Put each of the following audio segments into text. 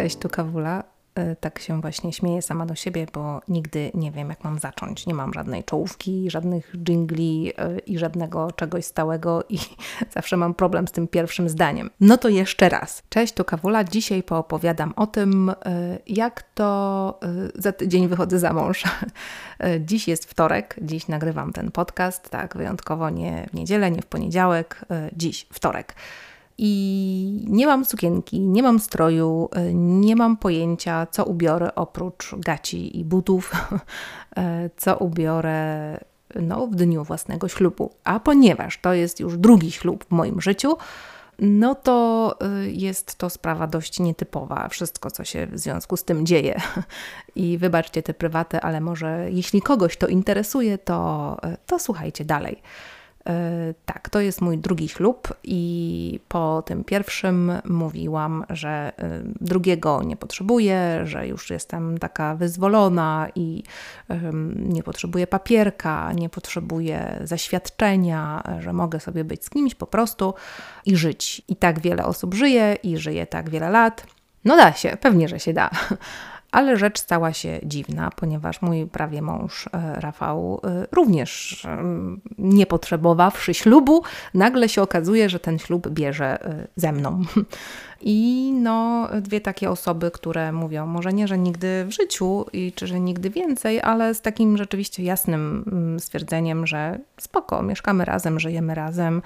Cześć, tu Kawula. Tak się właśnie śmieję sama do siebie, bo nigdy nie wiem, jak mam zacząć. Nie mam żadnej czołówki, żadnych dżingli i żadnego czegoś stałego i zawsze mam problem z tym pierwszym zdaniem. No to jeszcze raz. Cześć, tu Kawula. Dzisiaj poopowiadam o tym, jak to za tydzień wychodzę za mąż. Dziś jest wtorek, dziś nagrywam ten podcast, tak, wyjątkowo nie w niedzielę, nie w poniedziałek, dziś wtorek. I nie mam sukienki, nie mam stroju, nie mam pojęcia, co ubiorę oprócz gaci i butów, co ubiorę w dniu własnego ślubu. A ponieważ to jest już drugi ślub w moim życiu, no to jest to sprawa dość nietypowa, wszystko, co się w związku z tym dzieje. I wybaczcie te prywaty, ale może jeśli kogoś to interesuje, to słuchajcie dalej. Tak, to jest mój drugi ślub i po tym pierwszym mówiłam, że drugiego nie potrzebuję, że już jestem taka wyzwolona i nie potrzebuję papierka, nie potrzebuję zaświadczenia, że mogę sobie być z kimś po prostu i żyć. I tak wiele osób żyje i żyje tak wiele lat. No da się, pewnie, że się da. Ale rzecz stała się dziwna, ponieważ mój prawie mąż Rafał również nie potrzebowawszy ślubu, nagle się okazuje, że ten ślub bierze ze mną. I dwie takie osoby, które mówią, może nie, że nigdy w życiu, czy że nigdy więcej, ale z takim rzeczywiście jasnym stwierdzeniem, że spoko, mieszkamy razem, żyjemy razem,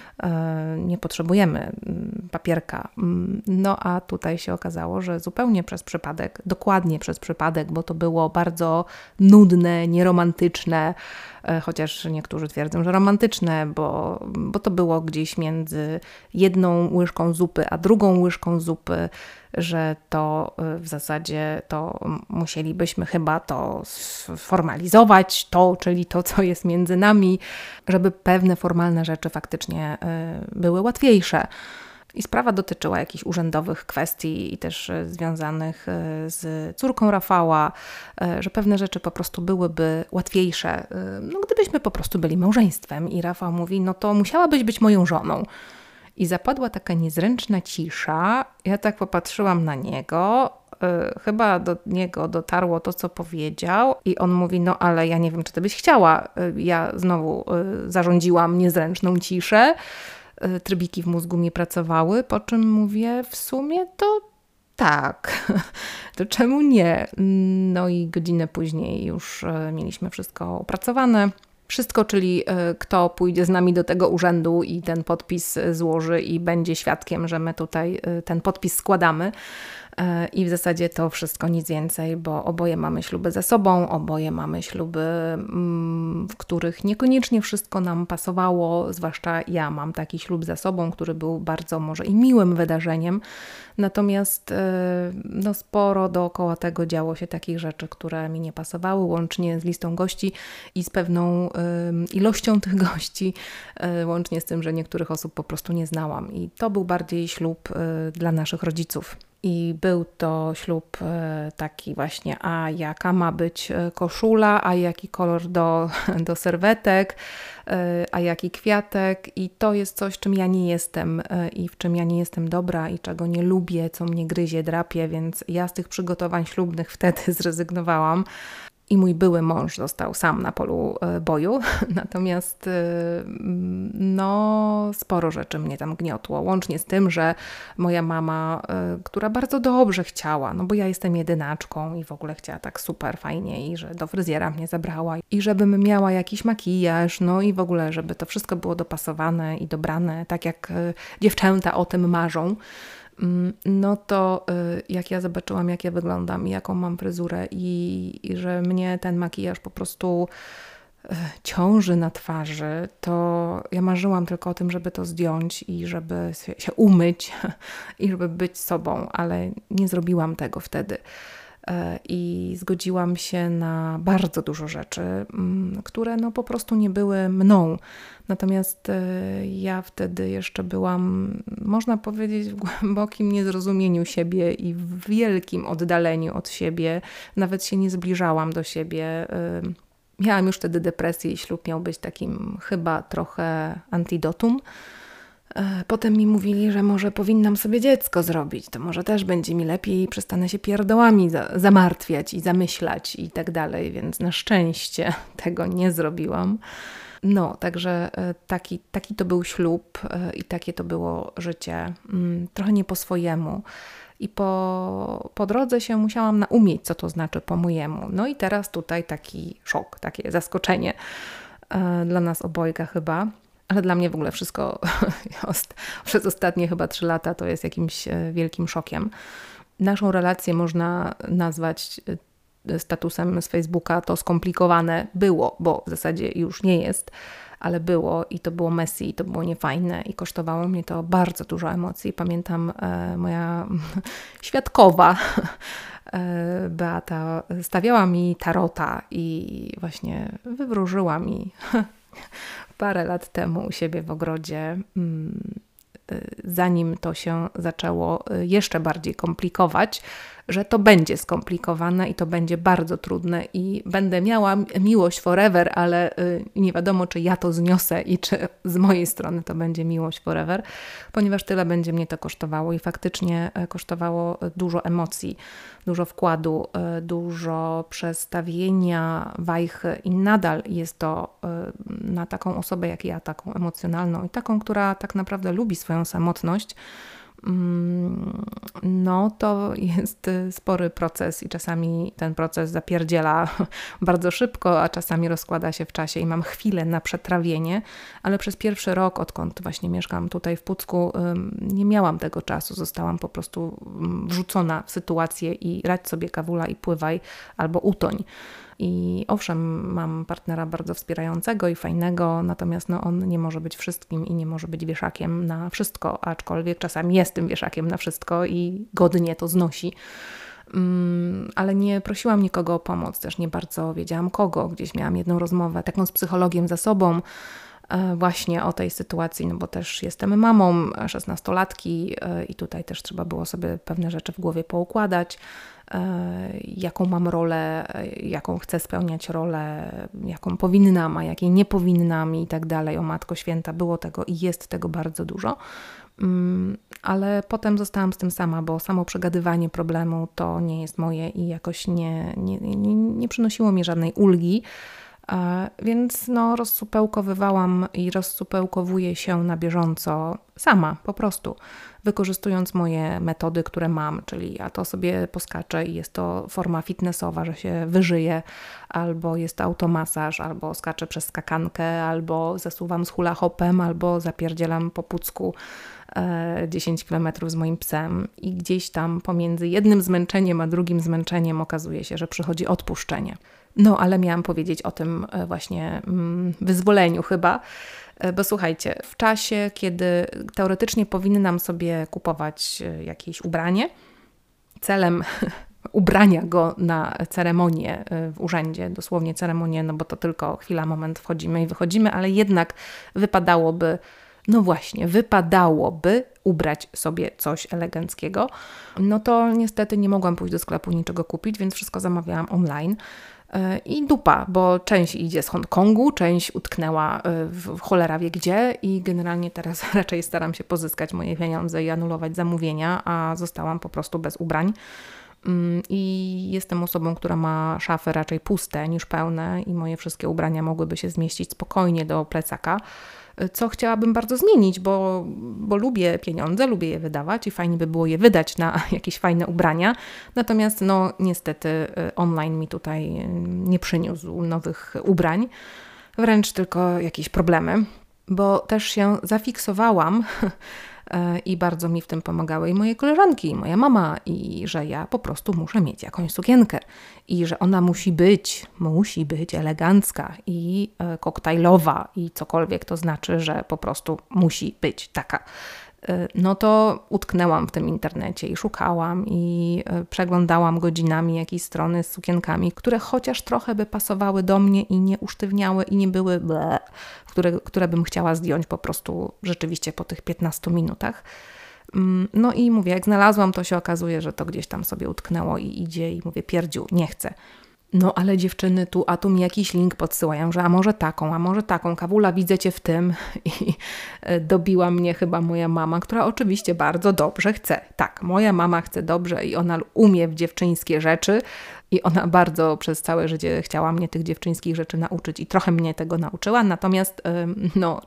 nie potrzebujemy papierka. No a tutaj się okazało, że zupełnie przez przypadek, dokładnie przez przypadek, bo to było bardzo nudne, nieromantyczne, chociaż niektórzy twierdzą, że romantyczne, bo to było gdzieś między jedną łyżką zupy a drugą łyżką zupy, że to w zasadzie to musielibyśmy chyba to sformalizować, czyli to, co jest między nami, żeby pewne formalne rzeczy faktycznie były łatwiejsze. I sprawa dotyczyła jakichś urzędowych kwestii i też związanych z córką Rafała, że pewne rzeczy po prostu byłyby łatwiejsze, gdybyśmy po prostu byli małżeństwem. I Rafał mówi, no to musiałabyś być moją żoną. I zapadła taka niezręczna cisza. Ja tak popatrzyłam na niego, chyba do niego dotarło to, co powiedział i on mówi, no ale ja nie wiem, czy ty byś chciała. Ja znowu zarządziłam niezręczną ciszę. Trybiki w mózgu mi pracowały, po czym mówię, w sumie to tak, to czemu nie? No i godzinę później już mieliśmy wszystko opracowane. Wszystko, czyli kto pójdzie z nami do tego urzędu i ten podpis złoży i będzie świadkiem, że my tutaj ten podpis składamy. I w zasadzie to wszystko, nic więcej, bo oboje mamy śluby ze sobą, oboje mamy śluby, w których niekoniecznie wszystko nam pasowało, zwłaszcza ja mam taki ślub za sobą, który był bardzo może i miłym wydarzeniem, natomiast sporo dookoła tego działo się takich rzeczy, które mi nie pasowały, łącznie z listą gości i z pewną ilością tych gości, łącznie z tym, że niektórych osób po prostu nie znałam i to był bardziej ślub dla naszych rodziców. I był to ślub taki właśnie, a jaka ma być koszula, a jaki kolor do serwetek, a jaki kwiatek. I to jest coś, czym ja nie jestem i w czym ja nie jestem dobra i czego nie lubię, co mnie gryzie, drapie, więc ja z tych przygotowań ślubnych wtedy zrezygnowałam. I mój były mąż został sam na polu boju, natomiast sporo rzeczy mnie tam gniotło, łącznie z tym, że moja mama, która bardzo dobrze chciała, bo ja jestem jedynaczką i w ogóle chciała tak super fajnie i że do fryzjera mnie zabrała i żebym miała jakiś makijaż, i w ogóle, żeby to wszystko było dopasowane i dobrane, tak jak dziewczęta o tym marzą. No to jak ja zobaczyłam, jak ja wyglądam i jaką mam fryzurę i że mnie ten makijaż po prostu ciąży na twarzy, to ja marzyłam tylko o tym, żeby to zdjąć i żeby się umyć i żeby być sobą, ale nie zrobiłam tego wtedy. I zgodziłam się na bardzo dużo rzeczy, które po prostu nie były mną. Natomiast ja wtedy jeszcze byłam, można powiedzieć, w głębokim niezrozumieniu siebie i w wielkim oddaleniu od siebie. Nawet się nie zbliżałam do siebie. Miałam już wtedy depresję i ślub miał być takim chyba trochę antidotum. Potem mi mówili, że może powinnam sobie dziecko zrobić, to może też będzie mi lepiej i przestanę się pierdołami zamartwiać i zamyślać i tak dalej, więc na szczęście tego nie zrobiłam. No, także taki to był ślub i takie to było życie, trochę nie po swojemu. I po drodze się musiałam naumieć, co to znaczy po mojemu. No i teraz tutaj taki szok, takie zaskoczenie dla nas obojga chyba. Ale dla mnie w ogóle wszystko przez ostatnie chyba 3 lata to jest jakimś wielkim szokiem. Naszą relację można nazwać statusem z Facebooka to skomplikowane było, bo w zasadzie już nie jest, ale było i to było messy, i to było niefajne i kosztowało mnie to bardzo dużo emocji. Pamiętam moja świadkowa Beata stawiała mi tarota i właśnie wywróżyła mi parę lat temu u siebie w ogrodzie, zanim to się zaczęło jeszcze bardziej komplikować, że to będzie skomplikowane i to będzie bardzo trudne i będę miała miłość forever, ale nie wiadomo, czy ja to zniosę i czy z mojej strony to będzie miłość forever, ponieważ tyle będzie mnie to kosztowało i faktycznie kosztowało dużo emocji, dużo wkładu, dużo przestawienia wajchy i nadal jest to na taką osobę jak ja, taką emocjonalną i taką, która tak naprawdę lubi swoją samotność, no to jest spory proces i czasami ten proces zapierdziela bardzo szybko, a czasami rozkłada się w czasie i mam chwilę na przetrawienie, ale przez pierwszy rok, odkąd właśnie mieszkam tutaj w Pucku, nie miałam tego czasu, zostałam po prostu wrzucona w sytuację i radź sobie kawula i pływaj albo utoń. I owszem, mam partnera bardzo wspierającego i fajnego, natomiast on nie może być wszystkim i nie może być wieszakiem na wszystko, aczkolwiek czasami jest tym wieszakiem na wszystko i godnie to znosi. Ale nie prosiłam nikogo o pomoc, też nie bardzo wiedziałam kogo. Gdzieś miałam jedną rozmowę taką z psychologiem za sobą, właśnie o tej sytuacji, no bo też jestem mamą 16-latki i tutaj też trzeba było sobie pewne rzeczy w głowie poukładać, jaką mam rolę, jaką chcę spełniać rolę, jaką powinnam, a jakiej nie powinnam i tak dalej. O Matko Święta, było tego i jest tego bardzo dużo. Ale potem zostałam z tym sama, bo samo przegadywanie problemu to nie jest moje i jakoś nie przynosiło mi żadnej ulgi. Więc rozsupełkowywałam i rozsupełkowuję się na bieżąco sama, po prostu, wykorzystując moje metody, które mam, czyli ja to sobie poskaczę i jest to forma fitnessowa, że się wyżyję, albo jest to automasaż, albo skaczę przez skakankę, albo zasuwam z hula hopem, albo zapierdzielam po Pucku 10 km z moim psem i gdzieś tam pomiędzy jednym zmęczeniem a drugim zmęczeniem okazuje się, że przychodzi odpuszczenie. No, ale miałam powiedzieć o tym właśnie wyzwoleniu chyba, bo słuchajcie, w czasie, kiedy teoretycznie powinnam sobie kupować jakieś ubranie, celem ubrania go na ceremonię w urzędzie, dosłownie ceremonię, no bo to tylko chwila, moment, wchodzimy i wychodzimy, ale jednak wypadałoby ubrać sobie coś eleganckiego, no to niestety nie mogłam pójść do sklepu niczego kupić, więc wszystko zamawiałam online. I dupa, bo część idzie z Hongkongu, część utknęła w cholera wie gdzie i generalnie teraz raczej staram się pozyskać moje pieniądze i anulować zamówienia, a zostałam po prostu bez ubrań. I jestem osobą, która ma szafy raczej puste niż pełne i moje wszystkie ubrania mogłyby się zmieścić spokojnie do plecaka, co chciałabym bardzo zmienić, bo lubię pieniądze, lubię je wydawać i fajnie by było je wydać na jakieś fajne ubrania. Natomiast niestety online mi tutaj nie przyniósł nowych ubrań, wręcz tylko jakieś problemy, bo też się zafiksowałam i bardzo mi w tym pomagały i moje koleżanki, i moja mama, i że ja po prostu muszę mieć jakąś sukienkę i że ona musi być elegancka i koktajlowa i cokolwiek to znaczy, że po prostu musi być taka. No to utknęłam w tym internecie i szukałam i przeglądałam godzinami jakieś strony z sukienkami, które chociaż trochę by pasowały do mnie i nie usztywniały i nie były które bym chciała zdjąć po prostu rzeczywiście po tych 15 minutach. No i mówię, jak znalazłam, to się okazuje, że to gdzieś tam sobie utknęło i idzie i mówię, pierdziu, nie chcę. No ale dziewczyny tu mi jakiś link podsyłają, że a może taką, Kawula, widzę cię w tym i dobiła mnie chyba moja mama, która oczywiście bardzo dobrze chce. Tak, moja mama chce dobrze i ona umie w dziewczyńskie rzeczy i ona bardzo przez całe życie chciała mnie tych dziewczyńskich rzeczy nauczyć i trochę mnie tego nauczyła, natomiast no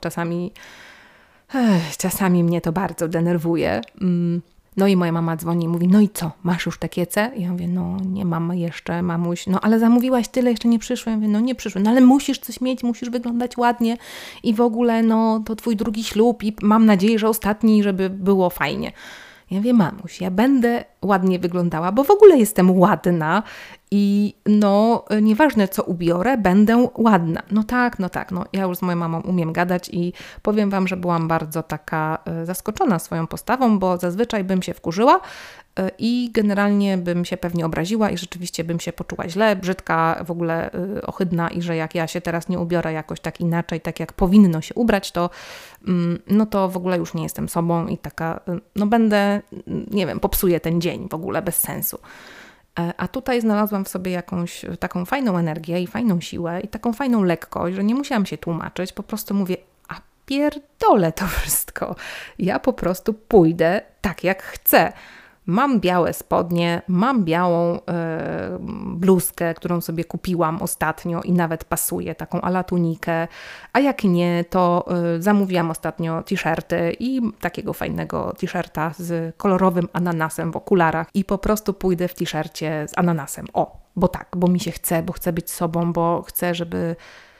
czasami mnie to bardzo denerwuje. No i moja mama dzwoni i mówi, no i co, masz już te kiece? Ja mówię, no nie mam jeszcze, mamuś. No ale zamówiłaś tyle, jeszcze nie przyszły. Ja mówię, no nie przyszły, no ale musisz coś mieć, musisz wyglądać ładnie i w ogóle no to twój drugi ślub i mam nadzieję, że ostatni, żeby było fajnie. Ja mówię, mamuś, ja będę ładnie wyglądała, bo w ogóle jestem ładna i no nieważne co ubiorę, będę ładna. No tak, ja już z moją mamą umiem gadać i powiem Wam, że byłam bardzo taka zaskoczona swoją postawą, bo zazwyczaj bym się wkurzyła i generalnie bym się pewnie obraziła i rzeczywiście bym się poczuła źle, brzydka, w ogóle ohydna i że jak ja się teraz nie ubiorę jakoś tak inaczej, tak jak powinno się ubrać, to no to w ogóle już nie jestem sobą i taka, no będę, nie wiem, popsuję ten dzień w ogóle bez sensu. A tutaj znalazłam w sobie jakąś taką fajną energię i fajną siłę i taką fajną lekkość, że nie musiałam się tłumaczyć, po prostu mówię, a pierdolę to wszystko. Ja po prostu pójdę tak jak chcę. Mam białe spodnie, mam białą bluzkę, którą sobie kupiłam ostatnio i nawet pasuje, taką ala tunikę, a jak nie, to zamówiłam ostatnio t-shirty i takiego fajnego t-shirta z kolorowym ananasem w okularach i po prostu pójdę w t-shircie z ananasem. Bo tak, bo mi się chce, bo chcę być sobą, bo chcę, żeby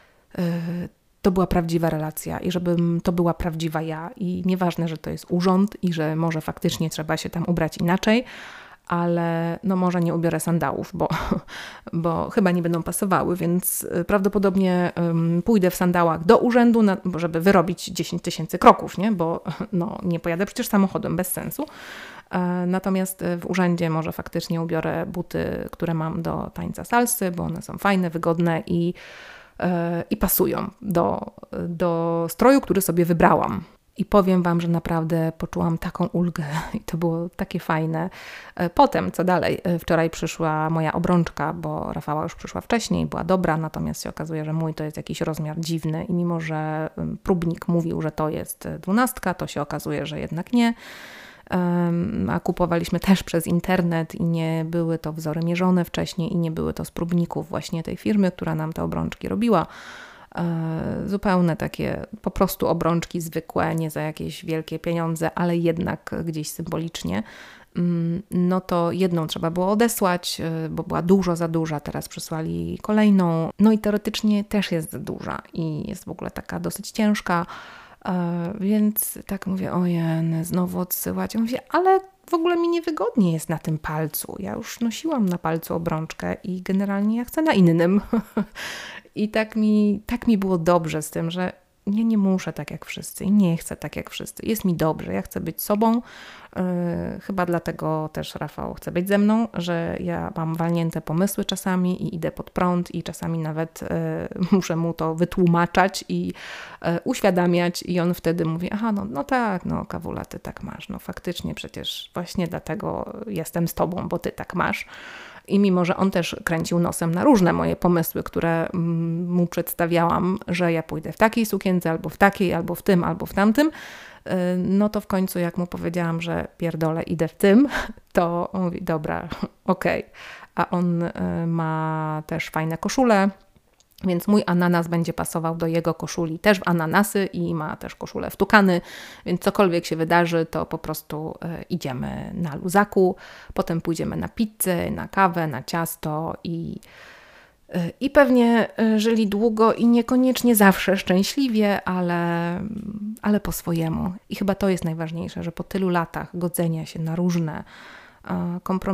to była prawdziwa relacja i żebym to była prawdziwa ja i nieważne, że to jest urząd i że może faktycznie trzeba się tam ubrać inaczej, ale no może nie ubiorę sandałów, bo chyba nie będą pasowały, więc prawdopodobnie pójdę w sandałach do urzędu, żeby wyrobić 10 000 kroków, nie? Bo no, nie pojadę przecież samochodem, bez sensu. Natomiast w urzędzie może faktycznie ubiorę buty, które mam do tańca salsy, bo one są fajne, wygodne i pasują do stroju, który sobie wybrałam. I powiem Wam, że naprawdę poczułam taką ulgę i to było takie fajne. Potem, co dalej? Wczoraj przyszła moja obrączka, bo Rafała już przyszła wcześniej, była dobra, natomiast się okazuje, że mój to jest jakiś rozmiar dziwny i mimo, że próbnik mówił, że to jest 12, to się okazuje, że jednak nie. A kupowaliśmy też przez internet i nie były to wzory mierzone wcześniej i nie były to z próbników właśnie tej firmy, która nam te obrączki robiła. Zupełne takie po prostu obrączki zwykłe, nie za jakieś wielkie pieniądze, ale jednak gdzieś symbolicznie. No to jedną trzeba było odesłać, bo była dużo za duża, teraz przysłali kolejną. No i teoretycznie też jest za duża i jest w ogóle taka dosyć ciężka. Więc tak mówię, ojej, znowu odsyłać. Ja mówię, ale w ogóle mi niewygodnie jest na tym palcu. Ja już nosiłam na palcu obrączkę i generalnie ja chcę na innym. I tak mi było dobrze z tym, że ja nie muszę tak jak wszyscy i nie chcę tak jak wszyscy. Jest mi dobrze, ja chcę być sobą. Chyba dlatego też Rafał chce być ze mną, że ja mam walnięte pomysły czasami i idę pod prąd i czasami nawet muszę mu to wytłumaczać i uświadamiać i on wtedy mówi, aha, no tak, no Kawula, ty tak masz, no faktycznie przecież właśnie dlatego jestem z tobą, bo ty tak masz. I mimo, że on też kręcił nosem na różne moje pomysły, które mu przedstawiałam, że ja pójdę w takiej sukience, albo w takiej, albo w tym, albo w tamtym, no to w końcu jak mu powiedziałam, że pierdolę, idę w tym, to on mówi, dobra, okej. A on ma też fajne koszule, więc mój ananas będzie pasował do jego koszuli też w ananasy i ma też koszulę w tukany, więc cokolwiek się wydarzy, to po prostu idziemy na luzaku, potem pójdziemy na pizzę, na kawę, na ciasto i pewnie żyli długo i niekoniecznie zawsze szczęśliwie, ale po swojemu. I chyba to jest najważniejsze, że po tylu latach godzenia się na różne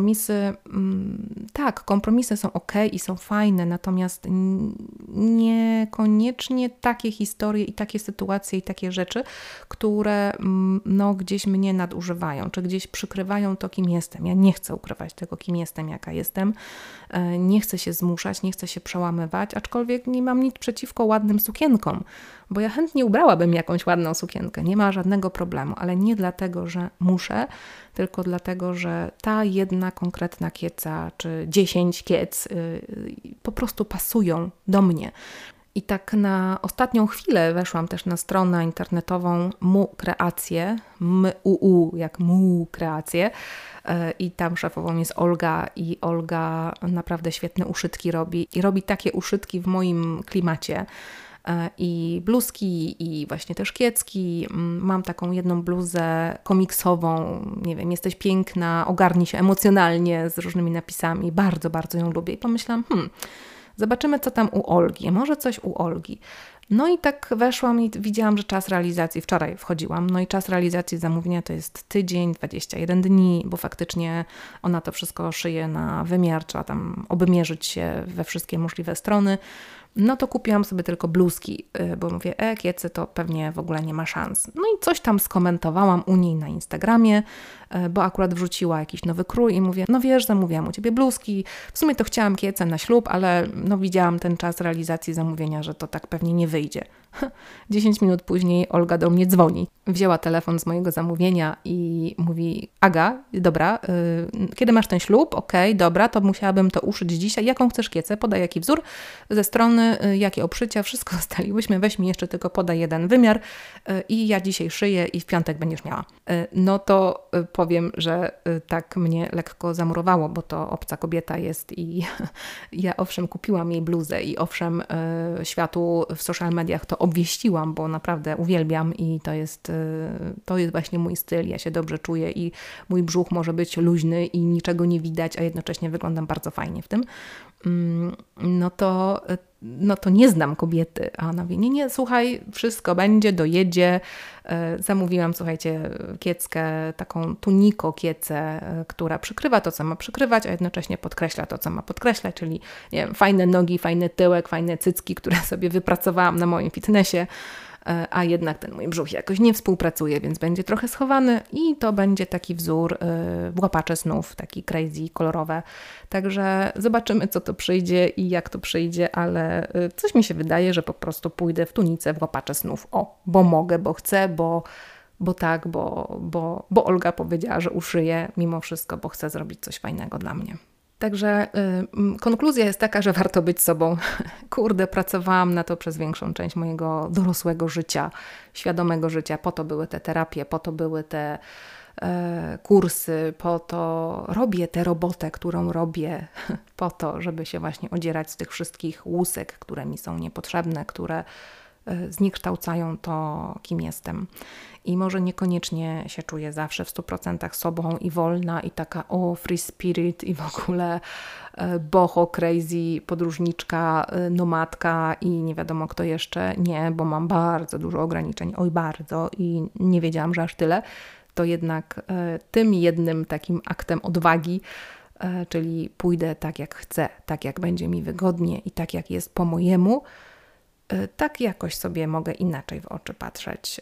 kompromisy, tak, kompromisy są ok i są fajne, natomiast niekoniecznie takie historie i takie sytuacje i takie rzeczy, które gdzieś mnie nadużywają, czy gdzieś przykrywają to, kim jestem. Ja nie chcę ukrywać tego, kim jestem, jaka jestem. Nie chcę się zmuszać, nie chcę się przełamywać, aczkolwiek nie mam nic przeciwko ładnym sukienkom, bo ja chętnie ubrałabym jakąś ładną sukienkę, nie ma żadnego problemu, ale nie dlatego, że muszę, tylko dlatego, że ta jedna konkretna kieca, czy 10 kiec po prostu pasują do mnie. I tak na ostatnią chwilę weszłam też na stronę internetową Mu Kreacje, jak Mu Kreacje, i tam szefową jest Olga i Olga naprawdę świetne uszytki robi i robi takie uszytki w moim klimacie. I bluzki, i właśnie też kiecki. Mam taką jedną bluzę komiksową, nie wiem, jesteś piękna, ogarnij się emocjonalnie z różnymi napisami. Bardzo, bardzo ją lubię i pomyślałam, zobaczymy co tam u Olgi, może coś u Olgi. No i tak weszłam i widziałam, że czas realizacji, wczoraj wchodziłam, no i czas realizacji zamówienia to jest tydzień, 21 dni, bo faktycznie ona to wszystko szyje na wymiar, trzeba tam obmierzyć się we wszystkie możliwe strony. No to kupiłam sobie tylko bluzki, bo mówię, kiece to pewnie w ogóle nie ma szans. No i coś tam skomentowałam u niej na Instagramie, bo akurat wrzuciła jakiś nowy krój i mówię, no wiesz, zamówiłam u Ciebie bluzki, w sumie to chciałam kiece na ślub, ale no widziałam ten czas realizacji zamówienia, że to tak pewnie nie wyjdzie. 10 minut później Olga do mnie dzwoni. Wzięła telefon z mojego zamówienia i mówi, Aga, dobra, kiedy masz ten ślub? Okej, dobra, to musiałabym to uszyć dzisiaj. Jaką chcesz kiecę? Podaj jaki wzór ze strony, jakie obszycia, wszystko ustaliłyśmy, weź mi jeszcze tylko podaj jeden wymiar i ja dzisiaj szyję i w piątek będziesz miała. No to powiem, że tak mnie lekko zamurowało, bo to obca kobieta jest i ja owszem kupiłam jej bluzę i owszem światu w social mediach to obwieściłam, bo naprawdę uwielbiam i to jest właśnie mój styl. Ja się dobrze czuję i mój brzuch może być luźny i niczego nie widać, a jednocześnie wyglądam bardzo fajnie w tym. No to nie znam kobiety. A ona mówi, nie, słuchaj, wszystko będzie, dojedzie. Zamówiłam, słuchajcie, kieckę, taką tuniko kiecę, która przykrywa to, co ma przykrywać, a jednocześnie podkreśla to, co ma podkreślać, czyli nie wiem, fajne nogi, fajny tyłek, fajne cycki, które sobie wypracowałam na moim fitnessie, a jednak ten mój brzuch jakoś nie współpracuje, więc będzie trochę schowany i to będzie taki wzór w łapacze snów, taki crazy, kolorowe. Także zobaczymy, co to przyjdzie i jak to przyjdzie, ale coś mi się wydaje, że po prostu pójdę w tunice w łapacze snów. Bo mogę, bo chcę, bo Olga powiedziała, że uszyje mimo wszystko, bo chce zrobić coś fajnego dla mnie. Także konkluzja jest taka, że warto być sobą. Kurde, pracowałam na to przez większą część mojego dorosłego życia, świadomego życia. Po to były te terapie, po to były te kursy, po to robię tę robotę, którą robię, po to, żeby się właśnie odzierać z tych wszystkich łusek, które mi są niepotrzebne, które zniekształcają to, kim jestem. I może niekoniecznie się czuję zawsze w 100% sobą i wolna i taka free spirit i w ogóle boho, crazy, podróżniczka, nomadka i nie wiadomo kto jeszcze. Nie, bo mam bardzo dużo ograniczeń, bardzo i nie wiedziałam, że aż tyle. To jednak tym jednym takim aktem odwagi, czyli pójdę tak jak chcę, tak jak będzie mi wygodnie i tak jak jest po mojemu, tak jakoś sobie mogę inaczej w oczy patrzeć.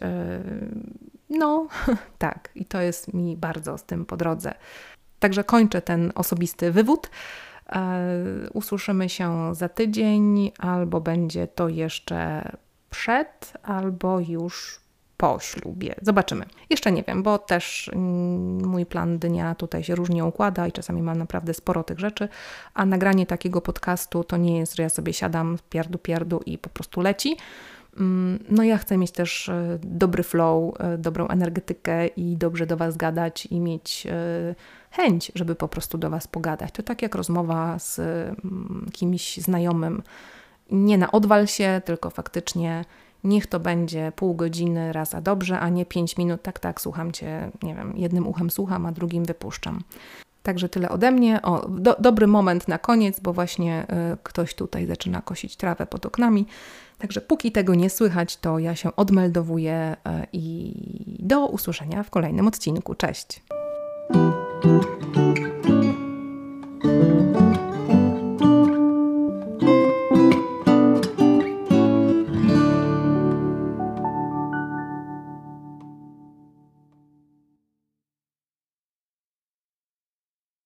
No, tak. I to jest mi bardzo z tym po drodze. Także kończę ten osobisty wywód. Usłyszymy się za tydzień, albo będzie to jeszcze przed, albo już po ślubie. Zobaczymy. Jeszcze nie wiem, bo też mój plan dnia tutaj się różnie układa i czasami mam naprawdę sporo tych rzeczy, a nagranie takiego podcastu to nie jest, że ja sobie siadam pierdu i po prostu leci. No ja chcę mieć też dobry flow, dobrą energetykę i dobrze do Was gadać i mieć chęć, żeby po prostu do Was pogadać. To tak jak rozmowa z kimś znajomym. Nie na odwal się, tylko faktycznie niech to będzie pół godziny raz a dobrze, a nie 5 minut. Tak, słucham Cię, nie wiem, jednym uchem słucham, a drugim wypuszczam. Także tyle ode mnie. Dobry moment na koniec, bo właśnie ktoś tutaj zaczyna kosić trawę pod oknami. Także póki tego nie słychać, to ja się odmeldowuję i do usłyszenia w kolejnym odcinku. Cześć!